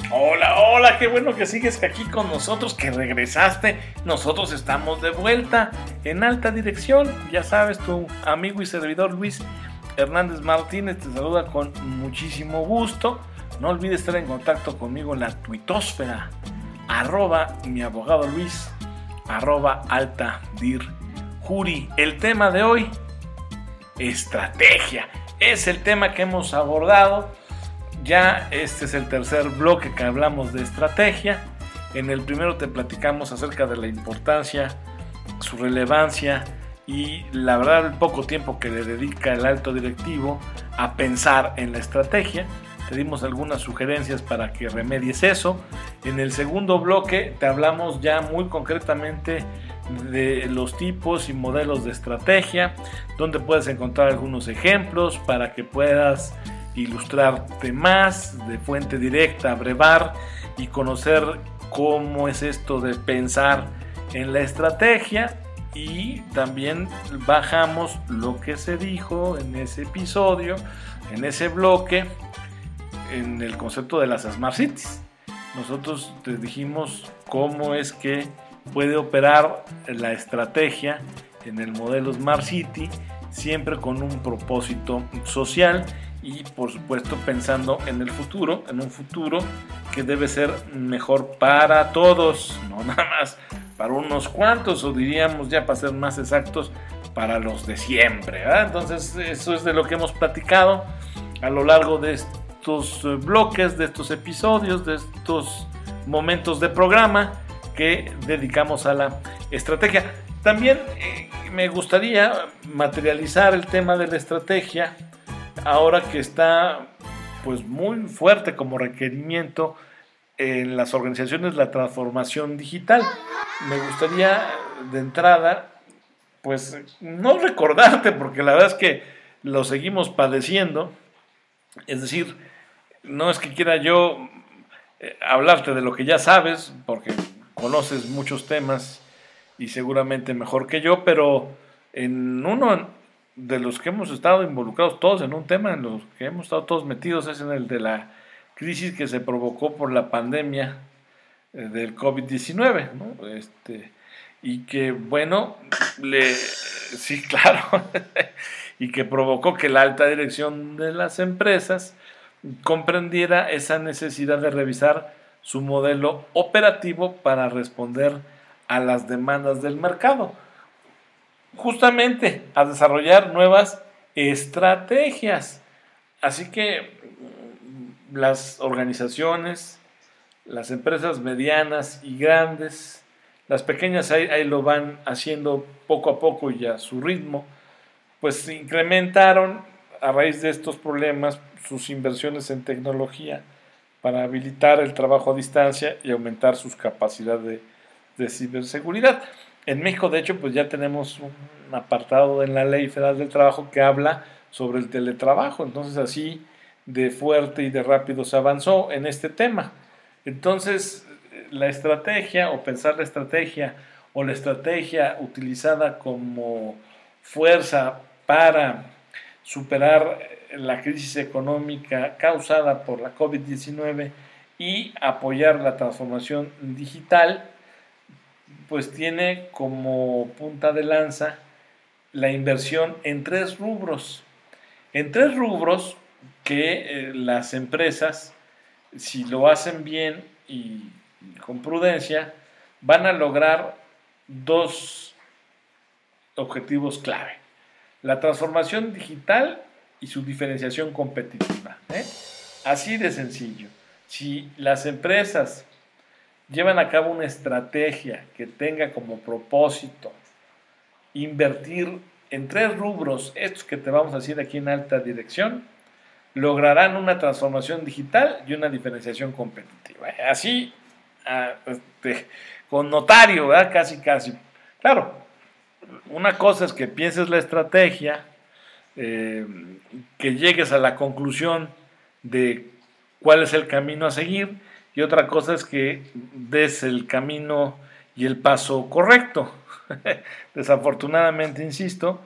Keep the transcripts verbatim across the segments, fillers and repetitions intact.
Hola, hola, qué bueno que sigues aquí con nosotros, que regresaste. Nosotros estamos de vuelta en Alta Dirección. Ya sabes, tu amigo y servidor Luis Hernández Martínez te saluda con muchísimo gusto. No olvides estar en contacto conmigo en la tuitosfera, arroba mi abogado Luis, arroba alta dir juri. El tema de hoy, estrategia, es el tema que hemos abordado. Ya este es el tercer bloque que hablamos de estrategia. En el primero te platicamos acerca de la importancia, su relevancia y la verdad el poco tiempo que le dedica el alto directivo a pensar en la estrategia. Te dimos algunas sugerencias para que remedies eso. En el segundo bloque te hablamos ya muy concretamente de los tipos y modelos de estrategia, donde puedes encontrar algunos ejemplos para que puedas ilustrarte más, de fuente directa, brevar y conocer cómo es esto de pensar en la estrategia. Y también bajamos lo que se dijo en ese episodio, en ese bloque, en el concepto de las Smart Cities. Nosotros te dijimos cómo es que puede operar la estrategia en el modelo Smart City, siempre con un propósito social y por supuesto pensando en el futuro, en un futuro que debe ser mejor para todos, no nada más para unos cuantos, o diríamos ya para ser más exactos, para los de siempre, ¿verdad? Entonces eso es de lo que hemos platicado a lo largo de estos bloques, de estos episodios, de estos momentos de programa que dedicamos a la estrategia. También eh, me gustaría materializar el tema de la estrategia ahora que está pues muy fuerte como requerimiento en las organizaciones la transformación digital. Me gustaría de entrada pues no recordarte, porque la verdad es que lo seguimos padeciendo, es decir, no es que quiera yo eh, hablarte de lo que ya sabes, porque conoces muchos temas y seguramente mejor que yo, pero en uno de los que hemos estado involucrados todos en un tema en los que hemos estado todos metidos es en el de la crisis que se provocó por la pandemia eh, del covid diecinueve, ¿no? Este, y que bueno, le, sí, claro, y que provocó que la alta dirección de las empresas comprendiera esa necesidad de revisar su modelo operativo para responder a las demandas del mercado, justamente a desarrollar nuevas estrategias. Así que las organizaciones, las empresas medianas y grandes, las pequeñas ahí, ahí lo van haciendo poco a poco y a su ritmo, pues incrementaron a raíz de estos problemas sus inversiones en tecnología para habilitar el trabajo a distancia y aumentar sus capacidades de, de ciberseguridad. En México, de hecho, pues ya tenemos un apartado en la Ley Federal del Trabajo que habla sobre el teletrabajo. Entonces, así de fuerte y de rápido se avanzó en este tema. Entonces, la estrategia o pensar la estrategia o la estrategia utilizada como fuerza para superar la crisis económica causada por la covid diecinueve y apoyar la transformación digital, pues tiene como punta de lanza la inversión en tres rubros. En tres rubros que eh, las empresas, si lo hacen bien y con prudencia, van a lograr dos objetivos clave: la transformación digital y su diferenciación competitiva, ¿eh? Así de sencillo. Si las empresas llevan a cabo una estrategia que tenga como propósito invertir en tres rubros, estos que te vamos a decir aquí en alta dirección, lograrán una transformación digital y una diferenciación competitiva. Así, este, con notario, ¿verdad? Casi, casi. Claro, una cosa es que pienses la estrategia, eh, que llegues a la conclusión de cuál es el camino a seguir, y otra cosa es que des el camino y el paso correcto. Desafortunadamente, insisto,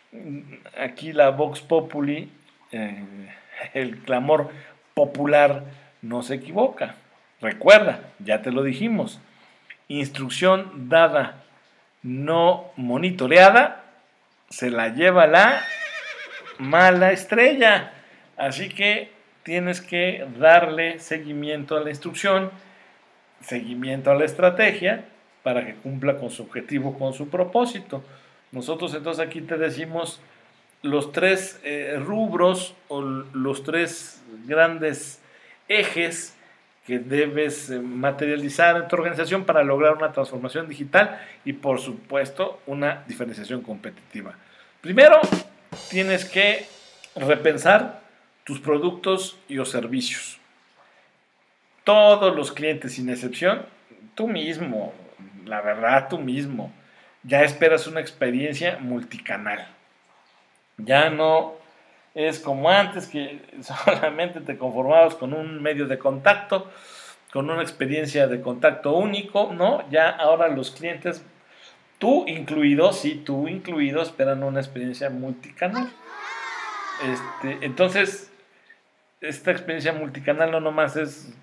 aquí la Vox Populi, eh, el clamor popular no se equivoca. Recuerda, ya te lo dijimos, instrucción dada, no monitoreada, se la lleva la mala estrella. Así que tienes que darle seguimiento a la instrucción, seguimiento a la estrategia, para que cumpla con su objetivo, con su propósito. Nosotros entonces aquí te decimos los tres eh, rubros o los tres grandes ejes que debes eh, materializar en tu organización para lograr una transformación digital y, por supuesto, una diferenciación competitiva. Primero, tienes que repensar tus productos y o servicios. Todos los clientes, sin excepción, tú mismo, la verdad, tú mismo, ya esperas una experiencia multicanal. Ya no es como antes, que solamente te conformabas con un medio de contacto, con una experiencia de contacto único, ¿no? Ya ahora los clientes, tú incluido, sí, tú incluido, esperan una experiencia multicanal. Este, entonces, esta experiencia multicanal no nomás es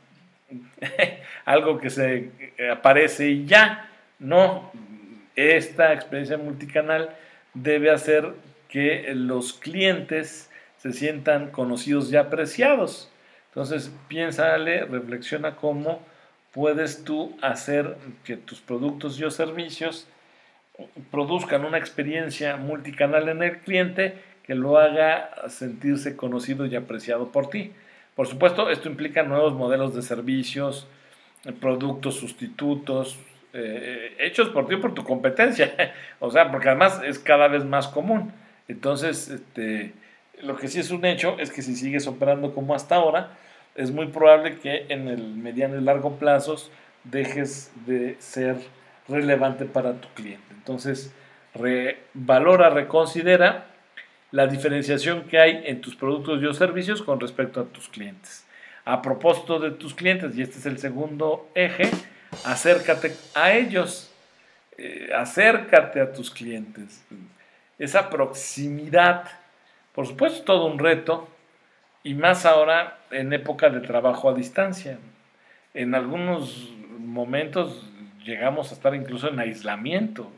algo que se aparece y ya, no. Esta experiencia multicanal debe hacer que los clientes se sientan conocidos y apreciados. Entonces, piénsale, reflexiona cómo puedes tú hacer que tus productos y o servicios produzcan una experiencia multicanal en el cliente que lo haga sentirse conocido y apreciado por ti. Por supuesto, esto implica nuevos modelos de servicios, productos sustitutos, eh, hechos por ti o por tu competencia. O sea, porque además es cada vez más común. Entonces, este, lo que sí es un hecho es que si sigues operando como hasta ahora, es muy probable que en el mediano y largo plazos dejes de ser relevante para tu cliente. Entonces, re, valora, reconsidera la diferenciación que hay en tus productos y o servicios con respecto a tus clientes. A propósito de tus clientes, y este es el segundo eje, acércate a ellos, eh, acércate a tus clientes. Esa proximidad, por supuesto, es todo un reto, y más ahora en época de trabajo a distancia. En algunos momentos llegamos a estar incluso en aislamiento,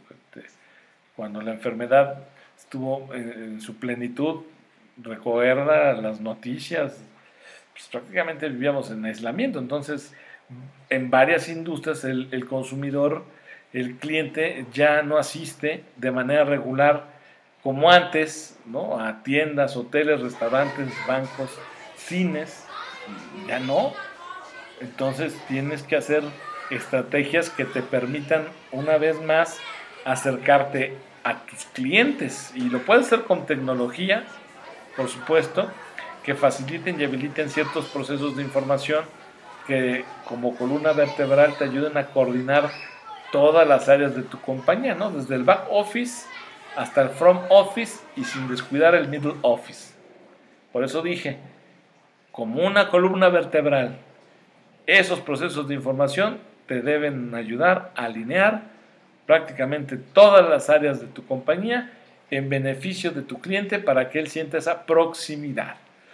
cuando la enfermedad estuvo en su plenitud. Recuerda las noticias, pues prácticamente vivíamos en aislamiento. Entonces, en varias industrias el, el consumidor, el cliente ya no asiste de manera regular como antes, ¿no? A tiendas, hoteles, restaurantes, bancos, cines. Ya no. Entonces tienes que hacer estrategias que te permitan una vez más acercarte a tus clientes, y lo puedes hacer con tecnología, por supuesto, que faciliten y habiliten ciertos procesos de información que como columna vertebral te ayuden a coordinar todas las áreas de tu compañía, ¿no? Desde el back office hasta el front office y sin descuidar el middle office. Por eso dije, como una columna vertebral, esos procesos de información te deben ayudar a alinear prácticamente todas las áreas de tu compañía en beneficio de tu cliente para que él sienta esa proximidad.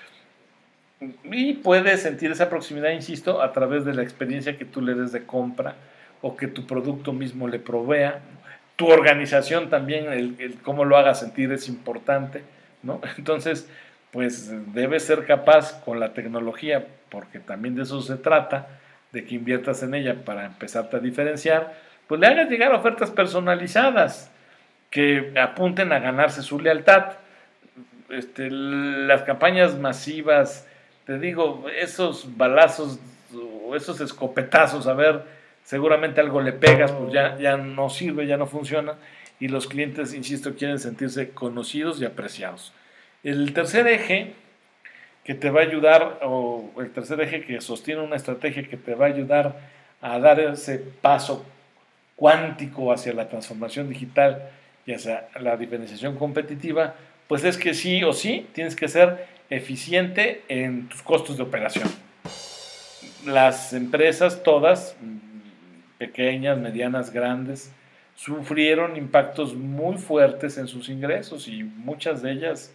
Y puedes sentir esa proximidad, insisto, a través de la experiencia que tú le des de compra o que tu producto mismo le provea. Tu organización también, el, el cómo lo haga sentir es importante, ¿no? Entonces, pues debes ser capaz con la tecnología, porque también de eso se trata, de que inviertas en ella para empezarte a diferenciar, pues le hagas llegar ofertas personalizadas que apunten a ganarse su lealtad. Este, las campañas masivas, te digo, esos balazos o esos escopetazos, a ver, seguramente algo le pegas, pues ya, ya no sirve, ya no funciona, y los clientes, insisto, quieren sentirse conocidos y apreciados. El tercer eje que te va a ayudar, o el tercer eje que sostiene una estrategia que te va a ayudar a dar ese paso cuántico hacia la transformación digital y hacia la diferenciación competitiva, pues es que sí o sí tienes que ser eficiente en tus costos de operación. Las empresas todas, pequeñas, medianas, grandes, sufrieron impactos muy fuertes en sus ingresos, y muchas de ellas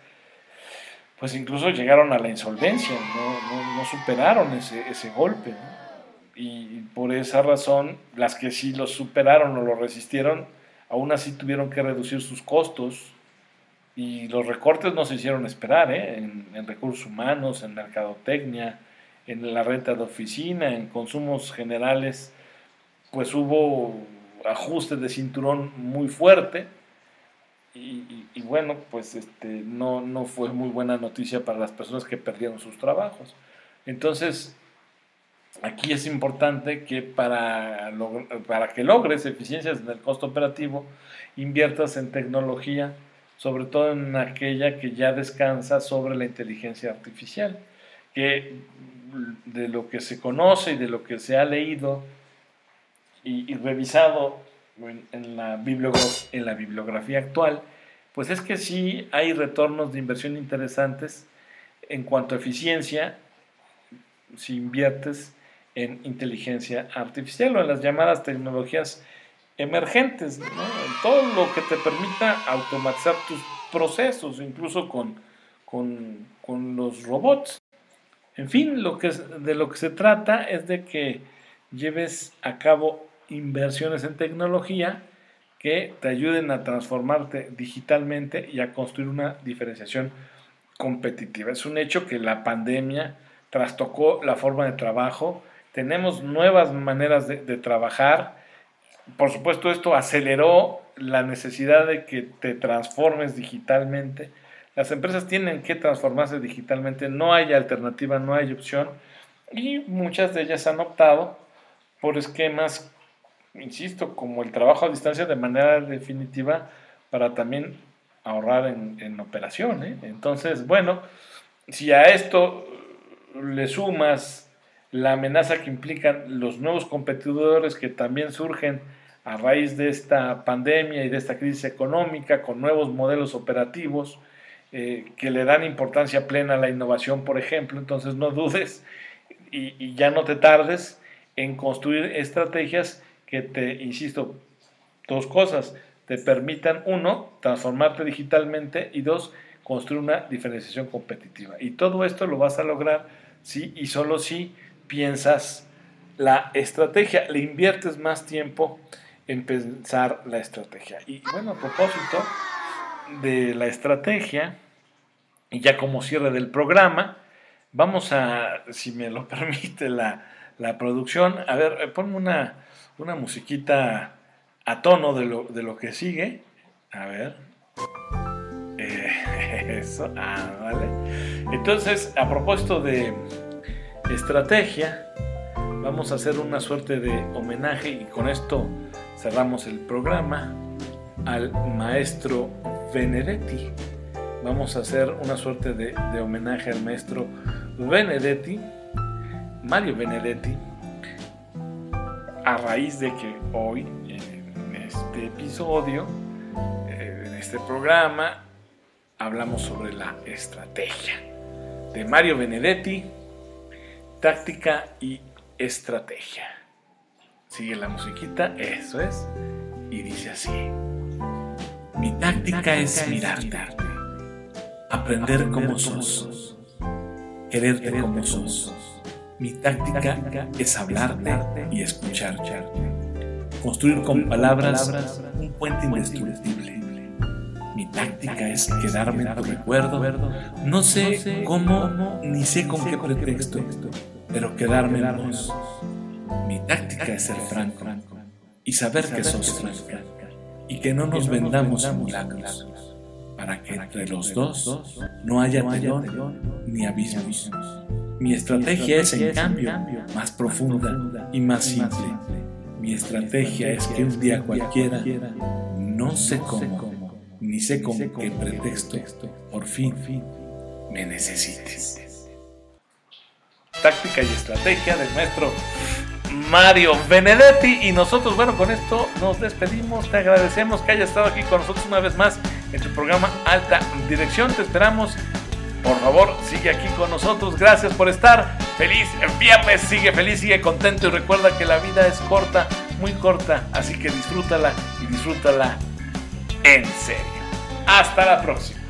pues incluso llegaron a la insolvencia, no, no, no superaron ese, ese golpe, ¿no? y por esa razón las que sí lo superaron o lo resistieron, aún así tuvieron que reducir sus costos, y los recortes no se hicieron esperar, ¿eh? en, en recursos humanos, en mercadotecnia, en la renta de oficina, en consumos generales, pues hubo ajustes de cinturón muy fuerte, y, y, y bueno, pues este, no, no fue muy buena noticia para las personas que perdieron sus trabajos. Entonces, aquí es importante que para, para que logres eficiencias en el costo operativo, inviertas en tecnología, sobre todo en aquella que ya descansa sobre la inteligencia artificial, que de lo que se conoce y de lo que se ha leído y, y revisado en, en, la bibliogra- en la bibliografía actual, pues es que sí hay retornos de inversión interesantes en cuanto a eficiencia si inviertes en inteligencia artificial o en las llamadas tecnologías emergentes, ¿no? Todo lo que te permita automatizar tus procesos, incluso con, con, con los robots. En fin, lo que es, de lo que se trata es de que lleves a cabo inversiones en tecnología que te ayuden a transformarte digitalmente y a construir una diferenciación competitiva. Es un hecho que la pandemia trastocó la forma de trabajo. Tenemos nuevas maneras de, de trabajar. Por supuesto, esto aceleró la necesidad de que te transformes digitalmente. Las empresas tienen que transformarse digitalmente, no hay alternativa, no hay opción, y muchas de ellas han optado por esquemas, insisto, como el trabajo a distancia de manera definitiva para también ahorrar en, en operación, ¿eh? Entonces, bueno, si a esto le sumas la amenaza que implican los nuevos competidores que también surgen a raíz de esta pandemia y de esta crisis económica, con nuevos modelos operativos eh, que le dan importancia plena a la innovación, por ejemplo, entonces no dudes y, y ya no te tardes en construir estrategias que te, insisto, dos cosas, te permitan, uno, transformarte digitalmente, y dos, construir una diferenciación competitiva. Y todo esto lo vas a lograr si y solo si piensas la estrategia, le inviertes más tiempo en pensar la estrategia. Y bueno, a propósito de la estrategia, y ya como cierre del programa, vamos a, si me lo permite la, la producción, a ver, ponme una, una musiquita a tono de lo, de lo que sigue. A ver. Eh, eso, ah, vale. Entonces, a propósito de estrategia, vamos a hacer una suerte de homenaje, y con esto cerramos el programa, al maestro Benedetti. Vamos a hacer una suerte de, de homenaje al maestro Benedetti, Mario Benedetti, a raíz de que hoy, en este episodio, en este programa, hablamos sobre la estrategia de Mario Benedetti, táctica y estrategia. Sigue la musiquita, eso es, y dice así: mi táctica es mirarte, aprender como sos, quererte como sos. Mi táctica es hablarte y escucharte, construir con palabras un puente indestructible. Mi táctica es quedarme en tu recuerdo, no sé cómo ni sé con qué pretexto, pero quedarme en vos. Mi táctica es ser franco y saber que sos franca, y que no nos vendamos simulacros, para que entre los dos no haya telón ni abismos. Mi estrategia es, en cambio, más profunda y más simple. Mi estrategia es que un día cualquiera, no sé cómo, ni sé con qué pretexto, por fin, me necesites. Táctica y estrategia del maestro Mario Benedetti. Y nosotros, bueno, con esto nos despedimos. Te agradecemos que hayas estado aquí con nosotros una vez más en tu programa Alta Dirección. Te esperamos. Por favor, sigue aquí con nosotros. Gracias por estar. Feliz viernes. Sigue feliz, sigue contento. Y recuerda que la vida es corta, muy corta. Así que disfrútala y disfrútala en serio. Hasta la próxima.